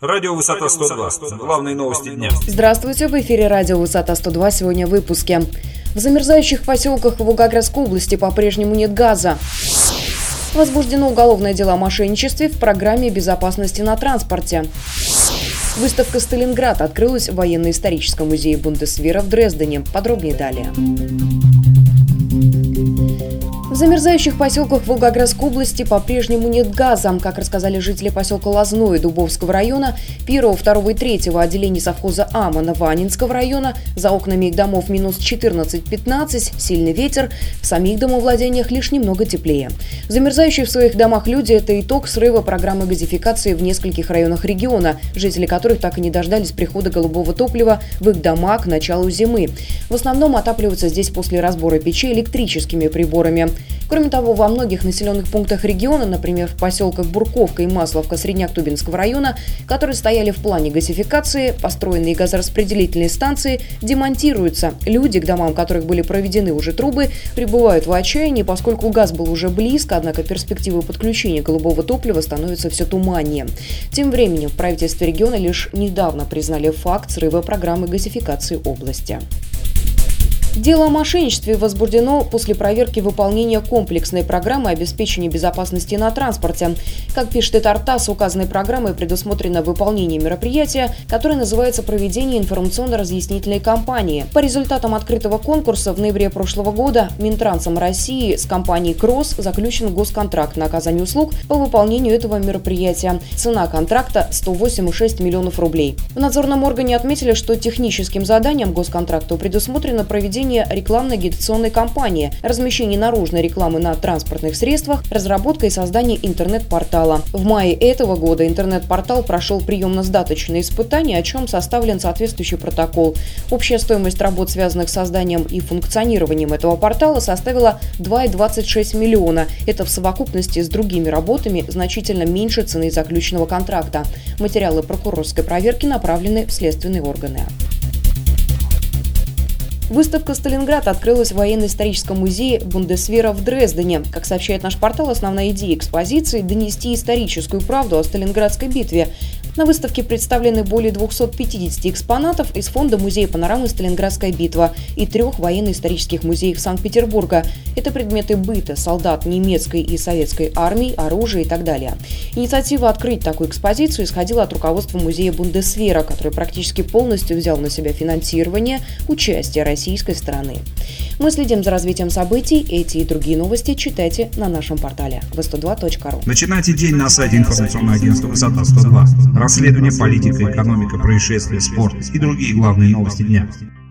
Радио «Высота 102». Главные новости дня. Здравствуйте, в эфире радио «Высота 102». Сегодня в выпуске. В замерзающих поселках в Волгоградской области по-прежнему нет газа. Возбуждено уголовное дело о мошенничестве в программе безопасности на транспорте. Выставка «Сталинград» открылась в военно-историческом музее Бундесвера в Дрездене. Подробнее далее. В замерзающих поселках Волгоградской области по-прежнему нет газа. Как рассказали жители поселка Лозное Дубовского района, 1, 2 и 3 отделений совхоза Амана Ванинского района, за окнами их домов минус 14-15, сильный ветер, в самих домовладениях лишь немного теплее. Замерзающие в своих домах люди – это итог срыва программы газификации в нескольких районах региона, жители которых так и не дождались прихода голубого топлива в их дома к началу зимы. В основном отапливаются здесь после разбора печей электрическими приборами. Кроме того, во многих населенных пунктах региона, например, в поселках Бурковка и Масловка Средняк-Тубинского района, которые стояли в плане газификации, построенные газораспределительные станции демонтируются. Люди, к домам которых были проведены уже трубы, пребывают в отчаянии, поскольку газ был уже близко, однако перспективы подключения голубого топлива становятся все туманнее. Тем временем в правительстве региона лишь недавно признали факт срыва программы газификации области. Дело о мошенничестве возбуждено после проверки выполнения комплексной программы обеспечения безопасности на транспорте. Как пишет ТАСС, указанной программой предусмотрено выполнение мероприятия, которое называется «Проведение информационно-разъяснительной кампании». По результатам открытого конкурса в ноябре прошлого года Минтрансом России с компанией «Кросс» заключен госконтракт на оказание услуг по выполнению этого мероприятия. Цена контракта – 108,6 миллионов рублей. В надзорном органе отметили, что техническим заданием госконтракта предусмотрено проведение рекламно-агитационной кампании, размещение наружной рекламы на транспортных средствах, разработка и создание интернет-портала. В мае этого года интернет-портал прошел приемно-сдаточные испытания, о чем составлен соответствующий протокол. Общая стоимость работ, связанных с созданием и функционированием этого портала, составила 2,26 миллиона. Это в совокупности с другими работами значительно меньше цены заключенного контракта. Материалы прокурорской проверки направлены в следственные органы. Выставка «Сталинград» открылась в военно-историческом музее Бундесвера в Дрездене. Как сообщает наш портал, основная идея экспозиции – донести историческую правду о Сталинградской битве. На выставке представлены более 250 экспонатов из фонда музея панорамы «Сталинградская битва» и 3 военно-исторических музеев Санкт-Петербурга. Это предметы быта солдат немецкой и советской армии, оружия и так далее. Инициатива открыть такую экспозицию исходила от руководства музея Бундесвера, который практически полностью взял на себя финансирование участия российской стороны. Мы следим за развитием событий. Эти и другие новости читайте на нашем портале v102.ru. Начинайте день на сайте информационного агентства «Высота 102». Расследование, политика, экономика, происшествия, спорт и другие главные новости дня.